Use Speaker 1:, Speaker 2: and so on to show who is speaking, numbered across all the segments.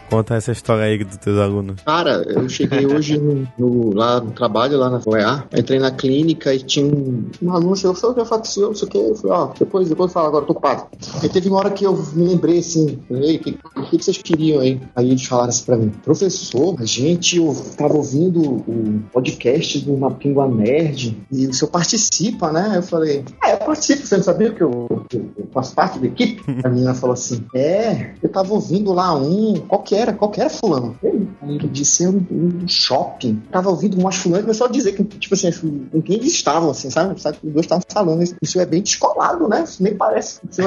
Speaker 1: Conta essa história aí dos teus alunos.
Speaker 2: Cara, eu cheguei hoje lá no trabalho, lá na UEA, entrei na clínica e tinha um aluno, chegou, o que eu faço, não sei o que, eu falei, depois eu falo agora, eu tô ocupado. E teve uma hora que eu me lembrei assim, o que vocês queriam aí? Aí eles falaram assim pra mim, professor, eu tava ouvindo o podcast do Mapingua Nerd e o senhor participa, né? Eu falei, eu participo, você não sabia que eu faço parte da equipe? A menina falou assim, eu tava ouvindo lá qual que era fulano? Aí ele disse, um shopping, tava ouvindo umas fulanas, começou a dizer que, tipo assim, com quem eles estavam, assim, sabe? Os dois estavam falando, isso é bem descolado, né? Isso nem parece, isso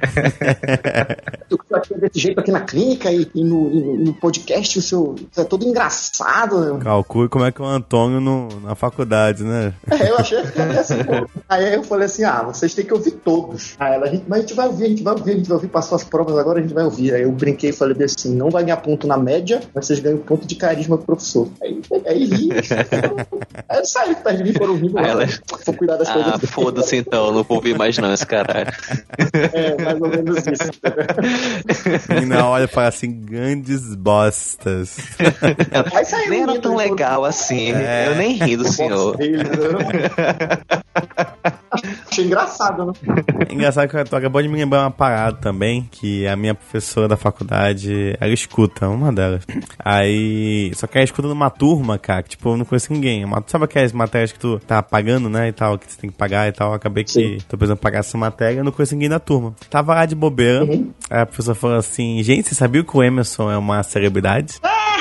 Speaker 2: eu aqui desse jeito aqui na clínica e no podcast, isso é todo engraçado, né?
Speaker 1: Calcule como é que é o Antônio na faculdade, né?
Speaker 2: Eu achei que era assim, pô. Aí eu falei assim, vocês têm que ouvir todos. Aí mas a gente vai ouvir, passou as provas agora, a gente vai ouvir. Aí eu brinquei e falei assim, não vai ganhar ponto na média, mas vocês ganham ponto de carisma do professor. Aí ri. Aí eu saí perto de mim, foram rindo. Vou cuidar das coisas.
Speaker 3: Foda-se então, não vou ouvir mais não esse caralho.
Speaker 2: Mais ou menos isso.
Speaker 1: E na hora fala assim, grandes bostas.
Speaker 3: Nem era tão legal assim. Eu nem ri do senhor.
Speaker 2: Achei engraçado, né?
Speaker 1: Engraçado que tu acabou de me lembrar uma parada também, que a minha professora da faculdade, ela escuta, uma delas. Aí, só que ela escuta numa turma, cara, que tipo, eu não conheço ninguém. Sabe aquelas matérias que tu tá pagando, né, e tal, que você tem que pagar e tal. Eu acabei que tô precisando pagar essa matéria, eu não conheço ninguém da turma. Tava lá de bobeira, aí a professora falou assim, gente, você sabia que o Emerson é uma celebridade?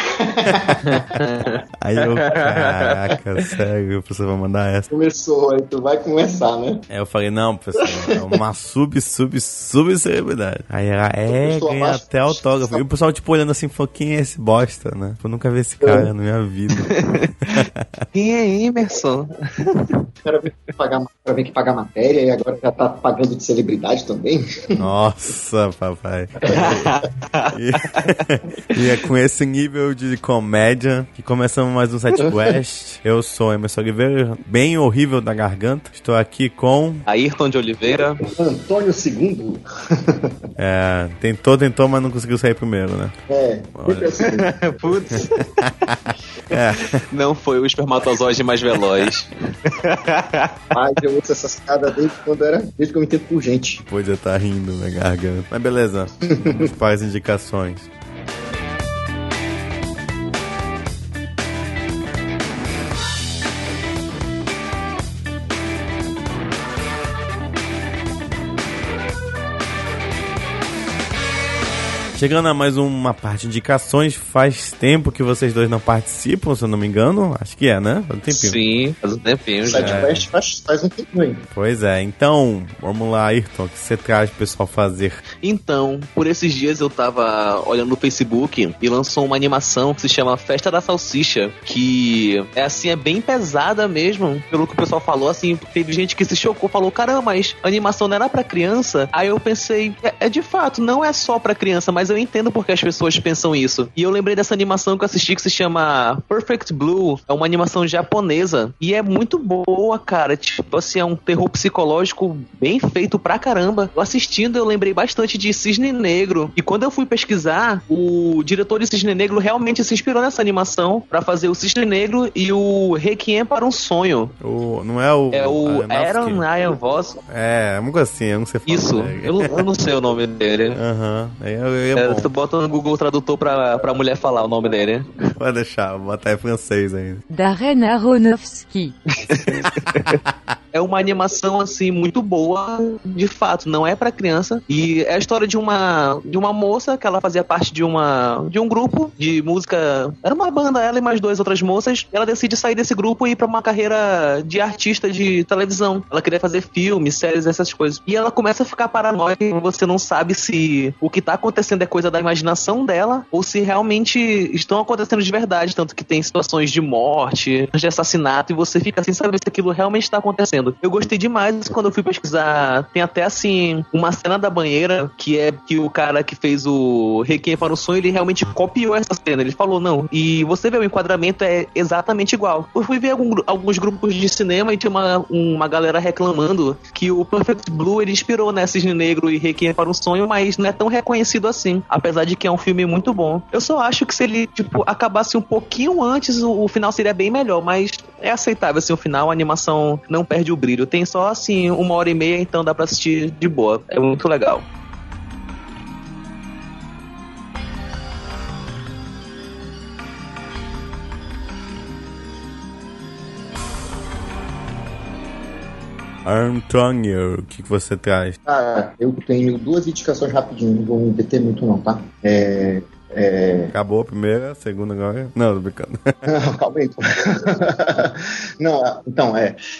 Speaker 1: Aí eu, caraca, sério, o professor vai mandar essa.
Speaker 2: Começou, aí tu vai começar, né?
Speaker 1: Aí eu falei, não, professor, é uma celebridade. Aí ela, ganha até autógrafo. E o pessoal, tipo, olhando assim, falou, quem é esse bosta, né? Eu nunca vi esse cara na minha vida.
Speaker 3: Quem é Emerson?
Speaker 2: Quero ver que pagar matéria e agora já tá pagando de celebridade também.
Speaker 1: Nossa, papai. E é com esse nível de comédia que começamos mais um SideQuest. Eu sou Emerson Oliveira, bem horrível da garganta. Estou aqui com
Speaker 3: Ayrton de Oliveira,
Speaker 2: Antônio II.
Speaker 1: Tentou, mas não conseguiu sair primeiro, né?
Speaker 3: Putz. Não foi o espermatozoide mais veloz.
Speaker 2: Mas eu ouço essas piadas desde que eu me entendo por gente.
Speaker 1: Podia estar rindo na garganta. Mas beleza, vamos para as indicações. Chegando a mais uma parte de indicações, faz tempo que vocês dois não participam, se eu não me engano. Acho que né? Faz um tempinho.
Speaker 3: Sim, faz um tempinho já.
Speaker 2: SideQuest faz um tempinho aí.
Speaker 1: Pois é, então, vamos lá, Ayrton, o que você traz pro pessoal fazer?
Speaker 3: Então, por esses dias eu tava olhando no Facebook e lançou uma animação que se chama Festa da Salsicha, que é bem pesada mesmo, pelo que o pessoal falou, assim, teve gente que se chocou, falou, caramba, mas a animação não era pra criança? Aí eu pensei, de fato, não é só pra criança, mas eu entendo porque as pessoas pensam isso. E eu lembrei dessa animação que eu assisti que se chama Perfect Blue. É uma animação japonesa e é muito boa, cara. Tipo assim, é um terror psicológico bem feito pra caramba. Eu assistindo, eu lembrei bastante de Cisne Negro. E quando eu fui pesquisar, o diretor de Cisne Negro realmente se inspirou nessa animação pra fazer o Cisne Negro e o Requiem para um Sonho.
Speaker 1: Não é o...
Speaker 3: É o Aaron Ryan Voss.
Speaker 1: Uma coisa assim, eu não sei falar.
Speaker 3: Isso, eu não sei o nome dele. Tu bota no Google Tradutor pra mulher falar o nome dele.
Speaker 1: Pode deixar, vou botar em francês ainda.
Speaker 4: Darren Aronofsky.
Speaker 3: É uma animação, assim, muito boa, de fato, não é pra criança. E é a história de uma moça que ela fazia parte de um grupo de música. Era uma banda, ela e mais duas outras moças. Ela decide sair desse grupo e ir pra uma carreira de artista de televisão. Ela queria fazer filmes, séries, essas coisas. E ela começa a ficar paranoica e você não sabe se o que tá acontecendo é coisa da imaginação dela ou se realmente estão acontecendo de verdade. Tanto que tem situações de morte, de assassinato, e você fica sem saber se aquilo realmente tá acontecendo. vendo. Eu gostei demais quando eu fui pesquisar. Tem até, assim, uma cena da banheira que é que o cara que fez o Requiem para o Sonho, ele realmente copiou essa cena. Ele falou, não, e você vê, o enquadramento é exatamente igual. Eu fui ver alguns grupos de cinema e tinha uma galera reclamando que o Perfect Blue, ele inspirou, né, Cisne Negro e Requiem para um Sonho, mas não é tão reconhecido assim, apesar de que é um filme muito bom. Eu só acho que se ele, tipo, acabasse um pouquinho antes, o final seria bem melhor, mas é aceitável, assim, o final, a animação não perde o brilho. Tem só, assim, 1h30, então dá pra assistir de boa. É muito legal.
Speaker 1: Antônio, o que você traz?
Speaker 2: Eu tenho 2 indicações rapidinho, não vou me deter muito não, tá?
Speaker 1: Acabou a primeira, a segunda agora? Não, tô brincando.
Speaker 2: Calma aí. Não, então,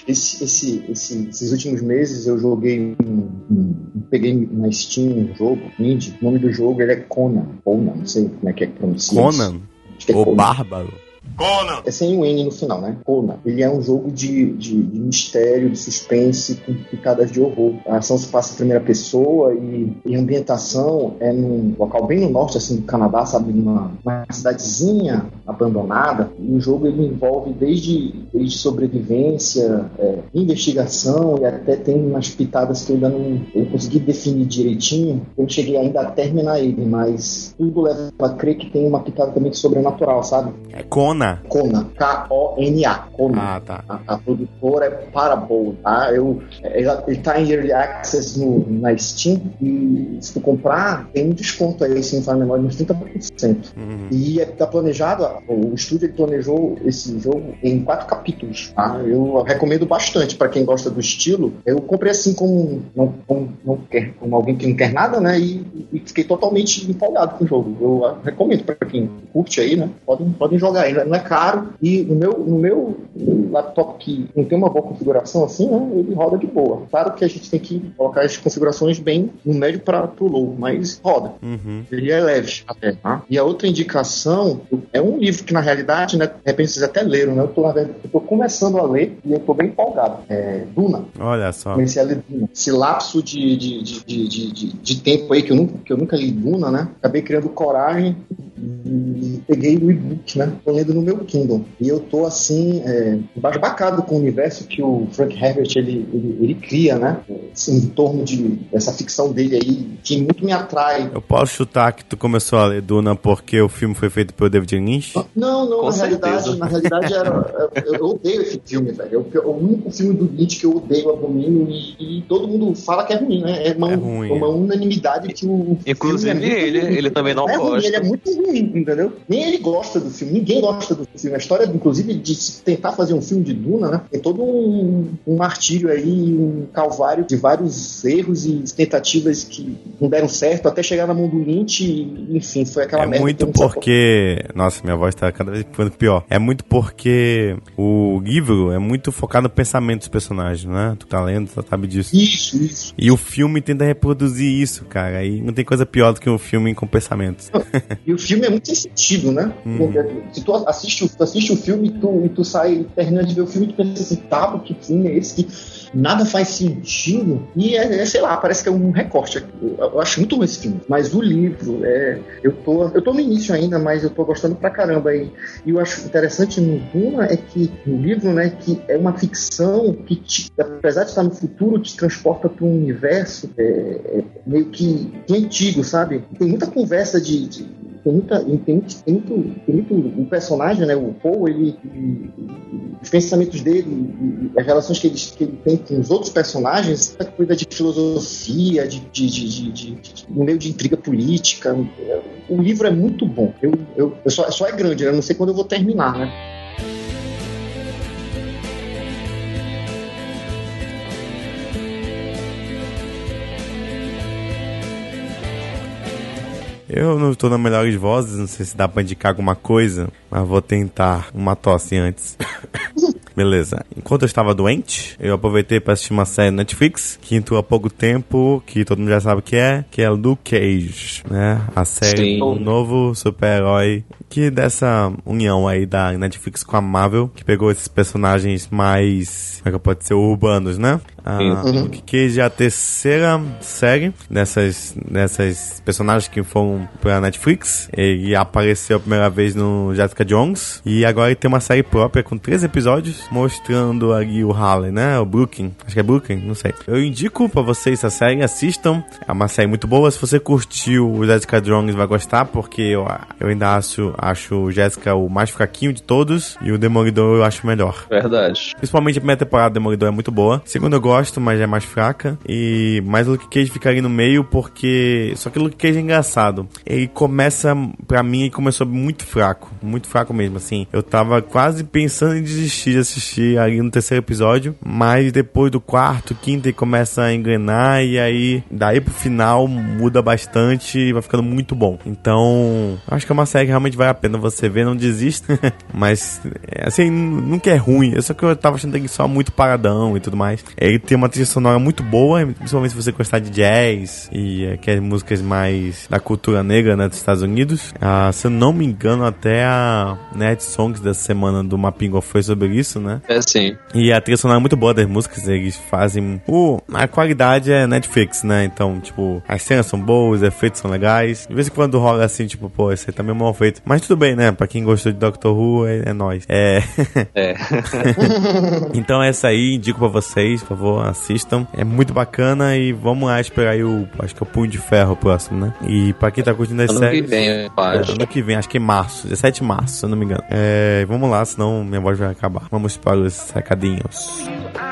Speaker 2: esses últimos meses eu joguei peguei na Steam um jogo, indie. O nome do jogo ele é Conan, não sei como é que pronuncia.
Speaker 1: Conan? O Bárbaro?
Speaker 2: Conan. É sem um N no final, né? Conan. Ele é um jogo de mistério, de suspense, com pitadas de horror. A ação se passa em primeira pessoa e a ambientação é num local bem no norte, assim, do Canadá, sabe? Numa cidadezinha abandonada. E o jogo ele envolve desde sobrevivência, investigação e até tem umas pitadas que eu ainda não consegui definir direitinho. Eu não cheguei ainda a terminar ele, mas tudo leva a crer que tem uma pitada também de sobrenatural, sabe?
Speaker 1: É Conan.
Speaker 2: K-O-N-A. Conan.
Speaker 1: Ah, tá.
Speaker 2: A produtora é Parabole, tá? Ele tá em Early Access na Steam e se tu comprar, tem um desconto aí, se não faz menor, de uns 30%. E tá planejado, o estúdio ele planejou esse jogo em 4 capítulos, tá? Eu recomendo bastante para quem gosta do estilo. Eu comprei assim como alguém que não quer nada, né? E fiquei totalmente empolgado com o jogo. Eu recomendo para quem curte aí, né? Podem jogar aí, não é caro. E no meu laptop que não tem uma boa configuração assim, né? Ele roda de boa. Claro que a gente tem que colocar as configurações bem no médio para pro low, mas roda. Ele é leve até, tá? E a outra indicação é um livro que na realidade, né? De repente vocês até leram, né? Eu tô começando a ler e eu tô bem empolgado. É Duna.
Speaker 1: Olha só.
Speaker 2: Comecei a ler Duna. Esse lapso de tempo aí que eu nunca li Duna, né? Acabei criando coragem e peguei o e-book, né? Tô lendo no meu Kindle. E eu tô assim, embasbacado com o universo que o Frank Herbert ele cria, né? Assim, em torno dessa ficção dele aí, que muito me atrai.
Speaker 1: Eu posso chutar que tu começou a ler Duna porque o filme foi feito pelo David Lynch?
Speaker 2: Não, na realidade eu odeio esse filme, velho. É o único filme do Lynch que eu odeio, abomino e todo mundo fala que é ruim, né? É uma unanimidade que o
Speaker 3: inclusive
Speaker 2: filme
Speaker 3: ele também não gosta.
Speaker 2: Ruim, ele é muito ruim, entendeu? Nem ele gosta do filme, ninguém gosta do filme. A história, inclusive, de tentar fazer um filme de Duna, né? Tem todo um martírio aí, um calvário de vários erros e tentativas que não deram certo, até chegar na mão do Lynch e, enfim, foi aquela merda.
Speaker 1: É muito porque... Nossa, minha voz tá cada vez ficando pior. É muito porque o livro é muito focado no pensamento dos personagens, né? Tu tá lendo, tu sabe disso.
Speaker 2: Isso.
Speaker 1: E o filme tenta reproduzir isso, cara. Aí não tem coisa pior do que um filme com pensamentos.
Speaker 2: E o filme é muito sem sentido, né? Se tu assiste o filme e tu sai, termina de ver o filme, tu pensa assim, tá, que filme é esse que nada faz sentido? E sei lá, parece que é um recorte. Eu acho muito ruim esse filme. Mas o livro, eu tô no início ainda, mas eu tô gostando pra caramba. E eu acho interessante no Duna é que no livro, né, que é uma ficção que, apesar de estar no futuro, te transporta para um universo meio que antigo, sabe? Tem muita conversa tem muito o personagem, né, o Paul, os pensamentos dele, as relações que ele tem com os outros personagens, essa coisa de filosofia, no meio de intriga política. O livro é muito bom. Só é grande, né? Eu não sei quando eu vou terminar, né?
Speaker 1: Eu não estou nas melhores vozes, não sei se dá pra indicar alguma coisa, mas vou tentar uma tosse antes. Beleza. Enquanto eu estava doente, eu aproveitei para assistir uma série Netflix que entrou há pouco tempo, que todo mundo já sabe o que é Luke Cage, né? A série do novo super-herói, que dessa união aí da Netflix com a Marvel, que pegou esses personagens mais, como é que pode ser, urbanos, né? Luke Cage é a terceira série dessas personagens que foram pra Netflix. Ele apareceu a primeira vez no Jessica Jones e agora ele tem uma série própria com 3 episódios mostrando ali o Harley, né? O Brooklyn, acho que é Brooklyn, não sei. Eu indico pra vocês essa série, assistam. É uma série muito boa. Se você curtiu o Jessica Jones, vai gostar, porque eu ainda acho o Jessica o mais fraquinho de todos e o Demolidor eu acho melhor.
Speaker 3: Verdade.
Speaker 1: Principalmente a primeira temporada do Demolidor é muito boa. Segunda eu gosto, mas é mais fraca. Mas o Luke Cage fica ali no meio porque... Só que o Luke Cage é engraçado. Ele começa, pra mim, ele começou muito fraco mesmo, assim. Eu tava quase pensando em desistir de assistir ali no terceiro episódio, mas depois do quarto, quinto, ele começa a engrenar e aí, daí pro final, muda bastante e vai ficando muito bom. Então, acho que é uma série que realmente vale a pena você ver, não desista. Mas, assim, nunca é ruim. Só que eu tava achando ele só muito paradão e tudo mais. Ele tem uma trilha sonora muito boa, principalmente se você gostar de jazz e aquelas músicas mais da cultura negra, né, dos Estados Unidos. Se eu não me engano, até a Nerd Songs dessa semana do Mapingo foi sobre isso, né?
Speaker 3: É, sim.
Speaker 1: E a trilha sonora é muito boa das músicas, eles fazem... a qualidade é Netflix, né? Então, tipo, as cenas são boas, os efeitos são legais. De vez em quando rola assim, tipo, pô, esse aí tá meio mal feito. Mas tudo bem, né? Pra quem gostou de Doctor Who, é nóis. Então essa aí, indico pra vocês, por favor, assistam. É muito bacana e vamos lá esperar aí acho que é o Punho de Ferro próximo, né? E pra quem tá curtindo as séries... Ano que vem, acho que é março, 17 de março, se eu não me engano. Vamos lá, senão minha voz vai acabar. Vamos para os recadinhos.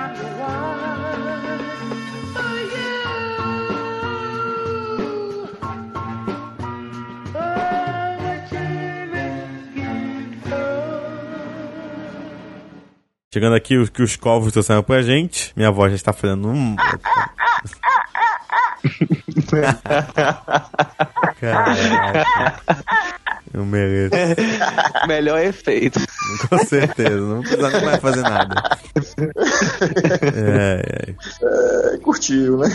Speaker 1: Chegando aqui, os covos trouxeram pra gente. Minha voz já está falando... Caraca. Eu mereço.
Speaker 3: Melhor efeito.
Speaker 1: Com certeza, não precisa nem mais fazer nada.
Speaker 2: Curtiu, né?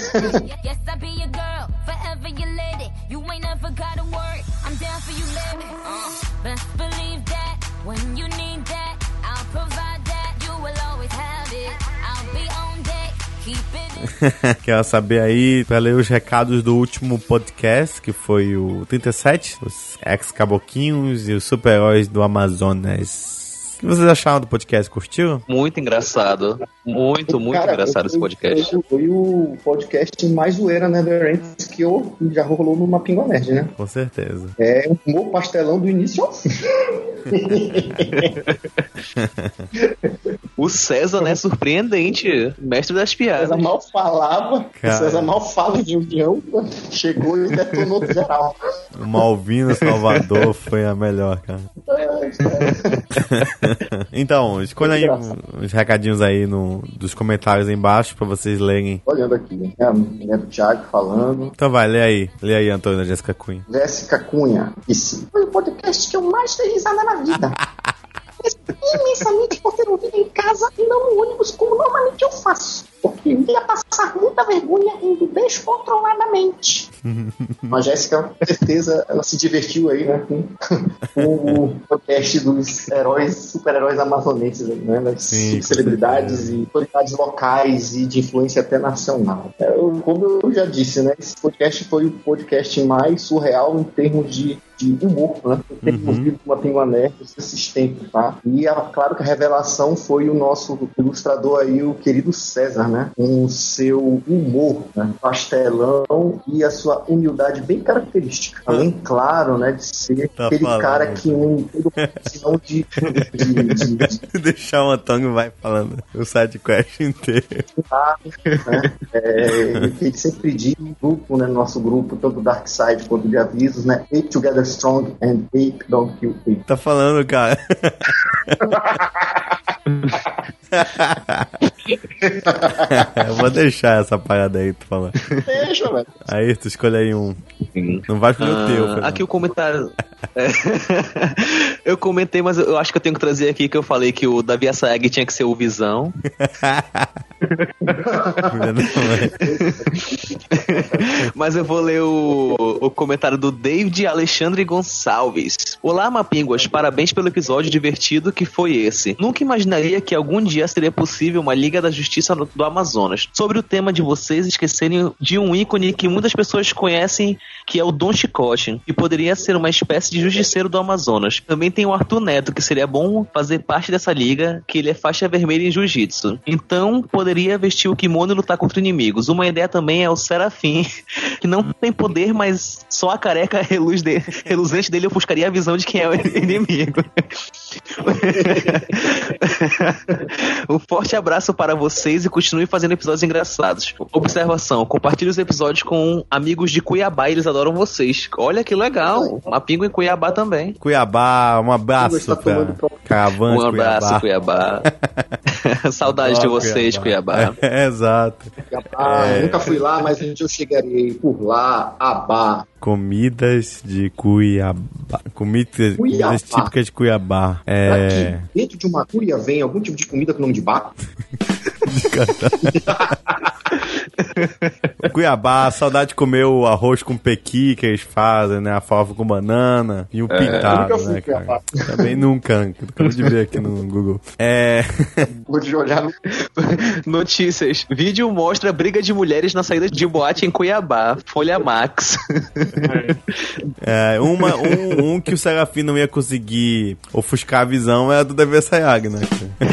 Speaker 1: Quero saber aí, pra ler os recados do último podcast, que foi o 37, os ex-caboquinhos e os super-heróis do Amazonas. O que vocês acharam do podcast? Curtiu?
Speaker 3: Muito engraçado. Muito engraçado esse podcast.
Speaker 2: Foi o podcast mais zoeira, né, que já rolou no Mapingo Nerd, né?
Speaker 1: Com certeza.
Speaker 2: É um humor pastelão do início ao fim.
Speaker 3: O César, né, surpreendente. Mestre das piadas.
Speaker 2: César mal falava.
Speaker 1: Cara.
Speaker 2: César mal fala de união. Chegou e detonou do geral.
Speaker 1: O Malvino Salvador foi a melhor, cara. Então, escolha aí uns recadinhos aí dos comentários aí embaixo pra vocês lerem.
Speaker 2: Olhando aqui, né? A mulher do Thiago falando.
Speaker 1: Então vai, lê aí, Antônio, da Jéssica Cunha.
Speaker 2: Jéssica Cunha, isso foi o podcast que eu mais dei risada na vida. Imensamente por ter ouvido em casa e não no ônibus como normalmente eu faço, porque ia passar muita vergonha indo descontroladamente. A Jéssica, com certeza, ela se divertiu aí, né, com o podcast dos super-heróis amazonenses, né, das celebridades e autoridades locais e de influência até nacional. Como eu já disse, né, esse podcast foi o podcast mais surreal em termos de humor, né? Eu tenho ouvido uma Pinguim Nerd esses tempos, tá? E claro que a revelação foi o nosso ilustrador aí, o querido César, né? Com o seu humor, né? Pastelão e a sua humildade bem característica. Além, claro, né? De ser aquele cara que une todo o de
Speaker 1: deixar o Antônio vai falando o sidequest inteiro.
Speaker 2: Né? Ele sempre diz no grupo, né? No nosso grupo, tanto Dark Side quanto de avisos, né? Ape together strong and ape don't kill ape.
Speaker 1: Tá falando, cara. Eu vou deixar essa parada aí, tu falar.
Speaker 2: Deixa, velho.
Speaker 1: Aí, tu escolhe aí um. Não vai escolher o teu,
Speaker 3: aqui o comentário. Eu comentei, mas eu acho que eu tenho que trazer aqui que eu falei que o Davi Assayag tinha que ser o Visão. Mas eu vou ler o comentário do David Alexandre Gonçalves. Olá, Mapinguas, parabéns pelo episódio divertido que foi esse. Nunca imaginaria que algum dia seria possível uma Liga da Justiça do Amazonas. Sobre o tema de vocês esquecerem de um ícone que muitas pessoas conhecem, que é o Don Chicote, que poderia ser uma espécie de justiceiro do Amazonas. Também tem o Arthur Neto, que seria bom fazer parte dessa liga, que ele é faixa vermelha em jiu-jitsu. Então, poderia vestir o kimono e lutar contra inimigos. Uma ideia também é o Serafim, que não tem poder, mas só a careca reluzente dele ofuscaria a visão de quem é o inimigo. Um forte abraço para vocês e continue fazendo episódios engraçados. Observação, compartilhe os episódios com amigos de Cuiabá, eles adoram vocês. Olha que legal, Mapingo em Cuiabá também.
Speaker 1: Cuiabá, um abraço pra Caravana de Cuiabá.
Speaker 3: Um abraço, Cuiabá. Saudades de vocês, Cuiabá.
Speaker 1: Exato.
Speaker 2: Nunca fui lá, mas eu chegarei por lá, Abá.
Speaker 1: Comidas de Cuiabá. Comidas típicas de Cuiabá.
Speaker 2: Aqui, dentro de uma cuia vem algum tipo de comida com nome de bar?
Speaker 1: Cuiabá, saudade de comer o arroz com pequi que eles fazem, né? A farofa com banana e o pintado, né, cara? Também nunca acabo de ver aqui no Google.
Speaker 2: Vou te olhar no...
Speaker 3: Notícias. Vídeo mostra briga de mulheres na saída de boate em Cuiabá. Folha Max.
Speaker 1: Um que o Serafim não ia conseguir ofuscar a visão é a do Davi Assayag, né?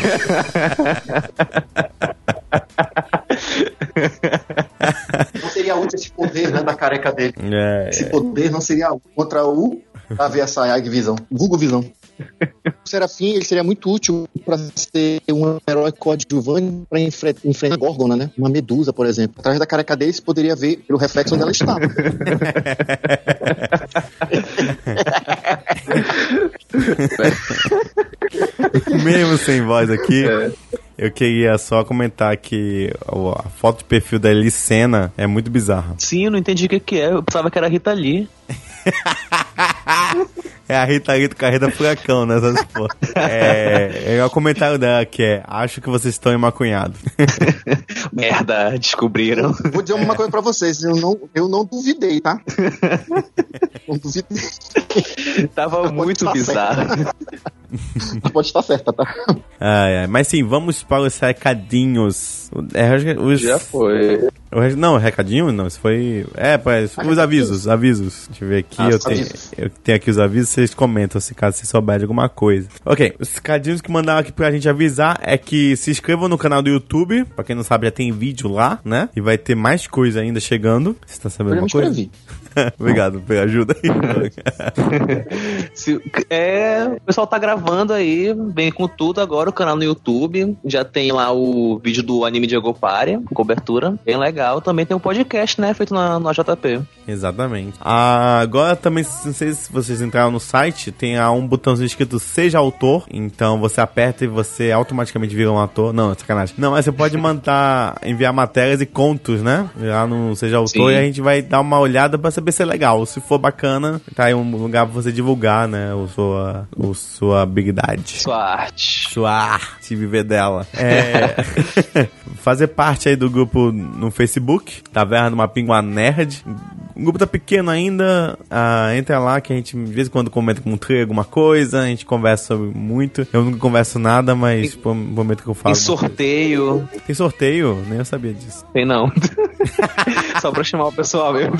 Speaker 2: Não seria útil esse poder, né, da careca dele. Esse poder não seria contra o Davi Assayag Visão. Vulgo Visão. O Serafim, ele seria muito útil para ser um herói coadjuvante para enfrentar a Górgona, né? Uma medusa, por exemplo. Através da careca dele, você poderia ver pelo reflexo onde ela está.
Speaker 1: Mesmo sem voz aqui, eu queria só comentar que a foto de perfil da Elicena é muito bizarra.
Speaker 3: Sim, eu não entendi o que é. Eu pensava que era a Rita Lee.
Speaker 1: É a Rita Lee do Carreira Furacão, né? É o comentário dela que é: acho que vocês estão emaconhados.
Speaker 3: Merda, descobriram.
Speaker 2: Vou dizer uma coisa pra vocês, eu não duvidei, tá? Não duvidei.
Speaker 3: Tava muito bizarro.
Speaker 2: Pode estar certa, tá?
Speaker 1: Mas sim, vamos para os recadinhos.
Speaker 3: Já foi.
Speaker 1: Não, recadinho não, isso foi... os avisos. Deixa eu ver aqui, eu tenho aqui os avisos, vocês comentam se caso vocês souberem de alguma coisa. Ok, os recadinhos que mandaram aqui pra gente avisar é que se inscrevam no canal do YouTube, pra quem não sabe já tem vídeo lá, né? E vai ter mais coisa ainda chegando. Você tá sabendo alguma coisa? Obrigado pela ajuda aí.
Speaker 3: O pessoal tá gravando aí, bem com tudo agora, o canal no YouTube. Já tem lá o vídeo do anime de Agopária, cobertura, bem legal. Também tem um podcast, né, feito na JP.
Speaker 1: Exatamente. Agora também, não sei se vocês entraram no site, tem um botãozinho escrito Seja Autor. Então você aperta e você automaticamente vira um ator. Não, é sacanagem. Não, mas você pode enviar matérias e contos, né? Lá no Seja Autor. Sim. E a gente vai dar uma olhada pra saber se é legal. Se for bacana, tá aí um lugar pra você divulgar, né? Sua habilidade. Sua arte, viver dela. Fazer parte aí do grupo no Facebook, Taverna do Mapinguá Nerd. O grupo tá pequeno ainda, entra lá que a gente de vez em quando comenta com um trailer, alguma coisa, a gente conversa sobre muito. Eu nunca converso nada, mas prometo que eu falo.
Speaker 3: Tem sorteio.
Speaker 1: Tem sorteio? Nem eu sabia disso.
Speaker 3: Tem não. Só pra chamar o pessoal mesmo.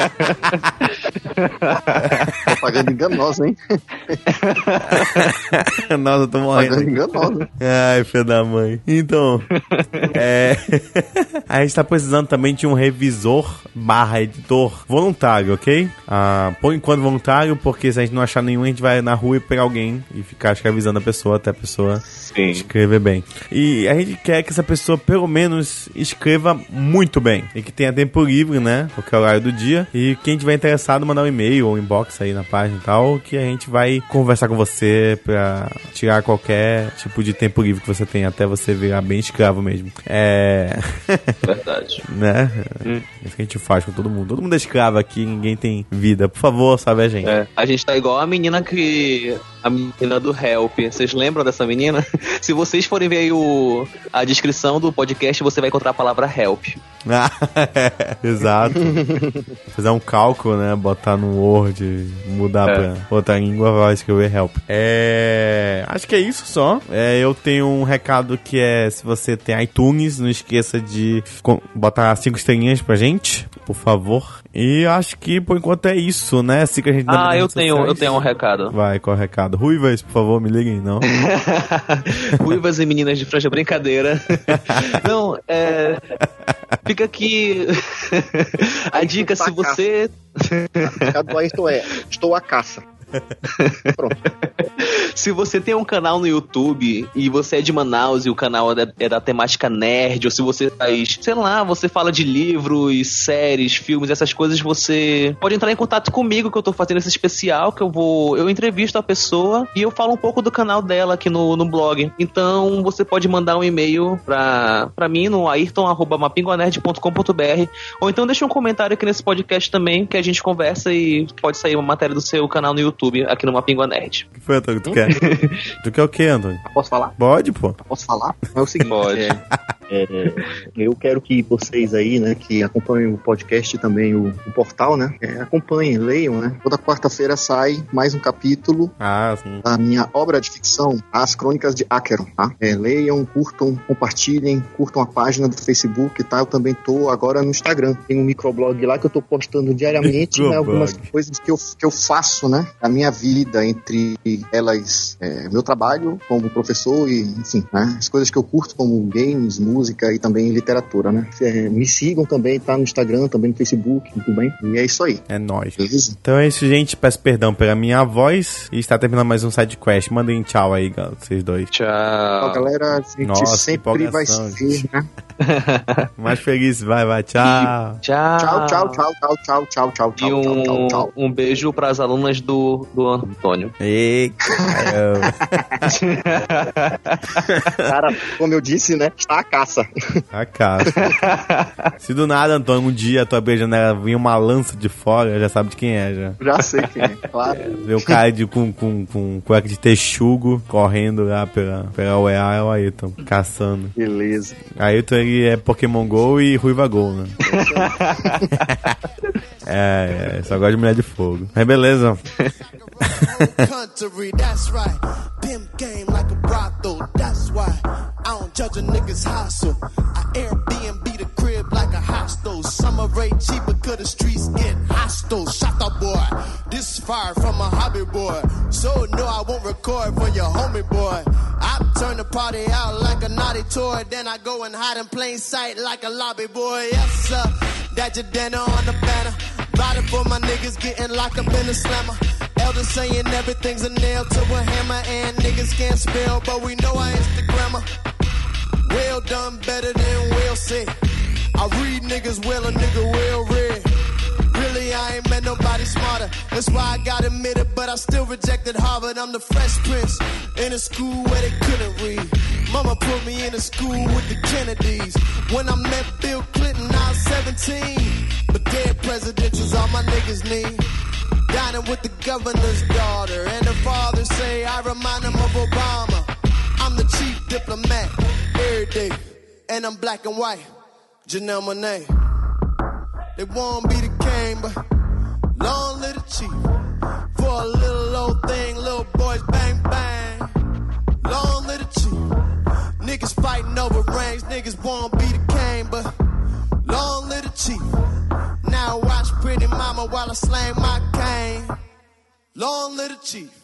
Speaker 2: Propaganda enganosa, hein?
Speaker 1: Nossa, eu tô morrendo.
Speaker 2: Propaganda enganosa.
Speaker 1: Ai, filho da mãe. Então, A gente tá precisando também de um revisor/editor voluntário, ok? Por enquanto voluntário, porque se a gente não achar nenhum, a gente vai na rua e pegar alguém e ficar avisando a pessoa até a pessoa escrever bem. E a gente quer que essa pessoa pelo menos escreva muito bem e que tenha tempo livre, né? Qualquer horário do dia. E quem tiver interessado, mandar um e-mail ou um inbox aí na página e tal, que a gente vai conversar com você pra tirar qualquer tipo de tempo livre que você tem, até você virar bem escravo mesmo.
Speaker 3: Verdade.
Speaker 1: Né? Isso que a gente faz com todo mundo. Todo mundo é escravo aqui, ninguém tem vida. Por favor, sabe a gente.
Speaker 3: A gente tá igual a menina do Help. Vocês lembram dessa menina? Se vocês forem ver aí a descrição do podcast, você vai encontrar a palavra Help.
Speaker 1: Exato. Fazer um cálculo, né? Botar no Word, mudar pra outra língua, vai escrever Help. Acho que é isso só. Eu tenho um recado que é: se você tem iTunes, não esqueça de botar 5 estrelinhas pra gente, por favor. E acho que por enquanto é isso, né? Siga a gente
Speaker 3: eu tenho um recado.
Speaker 1: Vai, qual é o recado? Ruivas, por favor, me liguem, não?
Speaker 3: Ruivas e meninas de franja, brincadeira. Não, fica aqui a dica, se você...
Speaker 2: O recado do Ayrton estou à caça. Pronto.
Speaker 3: Se você tem um canal no YouTube e você é de Manaus e o canal é da temática nerd, ou se você faz, sei lá, você fala de livros, séries, filmes, essas coisas, você pode entrar em contato comigo, que eu tô fazendo esse especial, que eu entrevisto a pessoa e eu falo um pouco do canal dela aqui no blog. Então você pode mandar um e-mail pra mim no ayrton@mapinguanerd.com.br, ou então deixa um comentário aqui nesse podcast também, que a gente conversa e pode sair uma matéria do seu canal no YouTube aqui no Mapingua Nerd.
Speaker 1: O que foi, Antônio, que tu quer? Tu quer o quê, Antônio?
Speaker 2: Posso falar?
Speaker 1: Pode, pô.
Speaker 2: Posso falar? É o seguinte.
Speaker 3: Pode.
Speaker 2: Eu quero que vocês aí, né, que acompanhem o podcast e também o portal, né, acompanhem, leiam, né. Toda quarta-feira sai mais um capítulo
Speaker 1: sim.
Speaker 2: da minha obra de ficção, As Crônicas de Acheron, tá? Leiam, curtam, compartilhem, curtam a página do Facebook, tá? Eu também tô agora no Instagram. Tem um microblog lá que eu tô postando diariamente, né, algumas coisas que eu faço, né, a minha vida, entre elas meu trabalho como professor e, enfim, né, as coisas que eu curto, como games, música e também literatura, né. Me sigam também, tá no Instagram, também no Facebook, tudo bem? E é isso aí.
Speaker 1: É nóis. Beleza? Então é isso, gente. Peço perdão pela minha voz e está terminando mais um Side Quest. Mandem tchau aí, vocês dois.
Speaker 3: Tchau.
Speaker 2: Tchau, galera. A gente sempre vai ser, né?
Speaker 1: Mais feliz. Vai. Tchau.
Speaker 3: Tchau.
Speaker 2: Tchau.
Speaker 3: E um beijo para as alunas do Antônio.
Speaker 1: Ei, caramba.
Speaker 2: Cara, como eu disse, né? Está a caça.
Speaker 1: A caça. Se do nada, Antônio, um dia a tua janela vinha uma lança de fora, já sabe de quem é, já.
Speaker 2: Já sei quem é, claro.
Speaker 1: Vê o cara com cueca de texugo correndo lá pela UEA, é o Ayrton, caçando.
Speaker 2: Beleza.
Speaker 1: Ayrton, ele é Pokémon GO e Ruiva Gol, né? Só gosta de mulher de fogo. Mas beleza.
Speaker 5: Country, that's right. Pimp game like a brothel, that's why I don't judge a nigga's hustle. I Airbnb the crib like a hostel. Summer rate cheaper cause the streets get hostile. Shut up, boy. This is fire from a hobby boy. So no, I won't record for your homie boy. I turn the party out like a naughty toy. Then I go and hide in plain sight like a lobby boy. Yes, sir. That's your dinner on the banner. Riding for my niggas getting locked up in the slammer. Elders saying everything's a nail to a hammer. And niggas can't spell, but we know our Instagrammer. Well done, better than well said. I read niggas well, a nigga well read. Really, I ain't met nobody smarter. That's why I got admitted, but I still rejected Harvard. I'm the Fresh Prince in a school where they couldn't read. Mama put me in a school with the Kennedys. When I met Bill Clinton, I was 17. But dead presidents is all my niggas need. Dining with the governor's daughter. And the father say I remind him of Obama. I'm the chief diplomat every day. And I'm black and white. Janelle Monáe. They won't be the king, but long live the chief. For a little old thing, little boys bang bang. Long live the chief. Niggas fighting over rings, niggas won't be the king, but long live the chief. Now watch pretty mama while I slang my cane. Long live the chief.